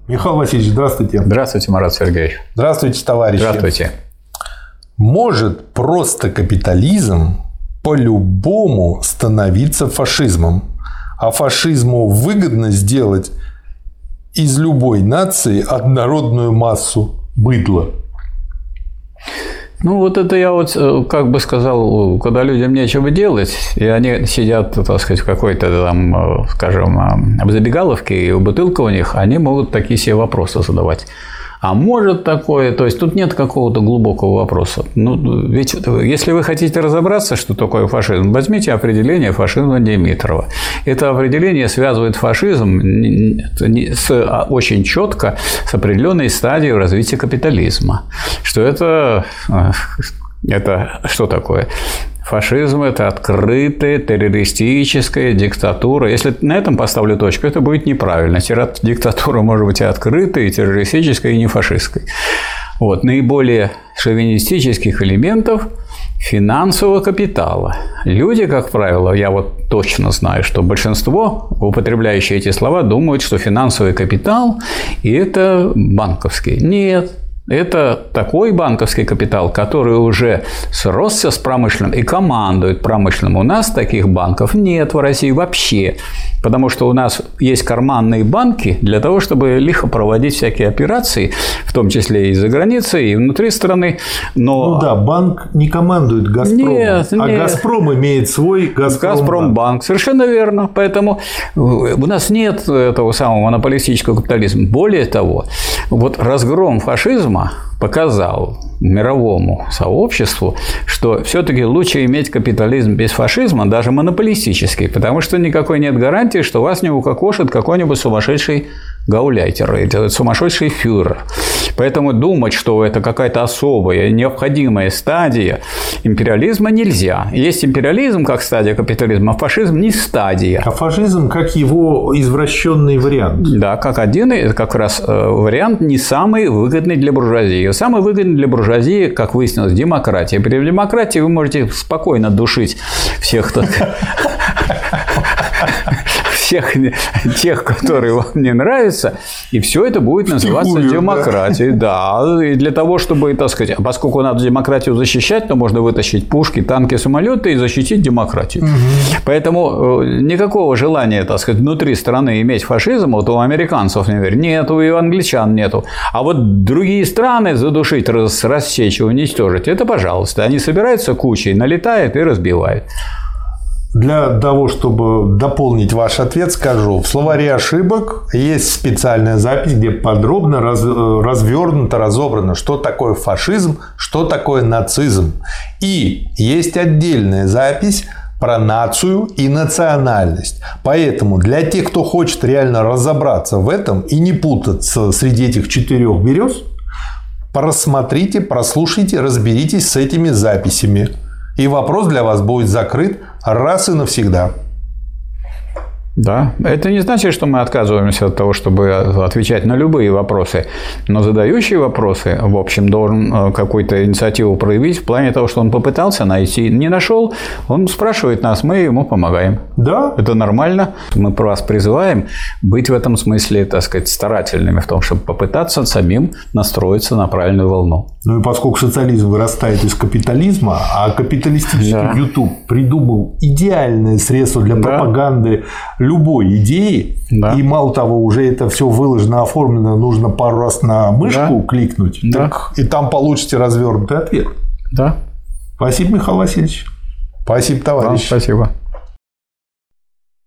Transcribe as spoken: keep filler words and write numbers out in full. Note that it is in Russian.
Михаил Васильевич, здравствуйте. Здравствуйте, Марат Сергеевич. Здравствуйте, товарищи. Здравствуйте. Может просто капитализм по-любому становиться фашизмом, а фашизму выгодно сделать из любой нации однородную массу быдла? Ну, вот это я вот как бы сказал, когда людям нечего делать, и они сидят, так сказать, в какой-то там, скажем, в забегаловке, и бутылка у них, они могут такие себе вопросы задавать. А может такое, то есть тут нет какого-то глубокого вопроса. Ну, ведь если вы хотите разобраться, что такое фашизм, возьмите определение фашизма Димитрова. Это определение связывает фашизм с, очень четко с определенной стадией развития капитализма. Что это, это что такое? Фашизм – это открытая террористическая диктатура. Если на этом поставлю точку, это будет неправильно. Диктатура может быть и открытой, и террористической, и не фашистской. Вот. Наиболее шовинистических элементов финансового капитала. Люди, как правило, я вот точно знаю, что большинство, употребляющие эти слова, думают, что финансовый капитал – это банковский. Нет. Это такой банковский капитал, который уже сросся с промышленным и командует промышленным. У нас таких банков нет в России вообще, потому что у нас есть карманные банки для того, чтобы лихо проводить всякие операции, в том числе и за границей, и внутри страны. Но... Ну да, банк не командует «Газпромом», нет, а нет. «Газпром» имеет свой «Газпромбанк». «Газпромбанк», совершенно верно. Поэтому у нас нет этого самого монополистического капитализма. Более того, вот разгром фашизма показал мировому сообществу, что все-таки лучше иметь капитализм без фашизма, даже монополистический, потому что никакой нет гарантии, что вас не укокошит какой-нибудь сумасшедший гауляйтер или сумасшедший фюрер. Поэтому думать, что это какая-то особая, необходимая стадия империализма нельзя. Есть империализм как стадия капитализма, а фашизм не стадия. А фашизм как его извращенный вариант. Да, как один, как раз вариант не самый выгодный для буржуазии. Самый выгодный для буржуазии, как выяснилось, демократия. При демократии вы можете спокойно душить всех всех тех, которые вам не нравятся, и все это будет называться Фигую, демократией. Да. да, и для того, чтобы, так сказать, поскольку надо демократию защищать, то можно вытащить пушки, танки, самолеты и защитить демократию. Угу. Поэтому никакого желания, так сказать, внутри страны иметь фашизм, вот у американцев, например, нету, и у англичан нету. А вот другие страны задушить, рассечь, уничтожить, это пожалуйста. Они собираются кучей, налетают и разбивают. Для того, чтобы дополнить ваш ответ, скажу. В словаре ошибок есть специальная запись, где подробно раз, развернуто, разобрано, что такое фашизм, что такое нацизм. И есть отдельная запись про нацию и национальность. Поэтому для тех, кто хочет реально разобраться в этом и не путаться среди этих четырех берез, просмотрите, прослушайте, разберитесь с этими записями. И вопрос для вас будет закрыт раз и навсегда. Да, это не значит, что мы отказываемся от того, чтобы отвечать на любые вопросы, но задающий вопросы, в общем, должен какую-то инициативу проявить в плане того, что он попытался найти, не нашел, он спрашивает нас, мы ему помогаем. Да. Это нормально. Мы вас призываем быть в этом смысле, так сказать, старательными в том, чтобы попытаться самим настроиться на правильную волну. Ну и поскольку социализм вырастает из капитализма, а капиталистический да. YouTube придумал идеальное средство для да. пропаганды любой идеи, да. и мало того, уже это все выложено, оформлено, нужно пару раз на мышку да. кликнуть, да. так, и там получите развернутый ответ. Да. Спасибо, Михаил Васильевич. Спасибо, товарищ. Вам спасибо.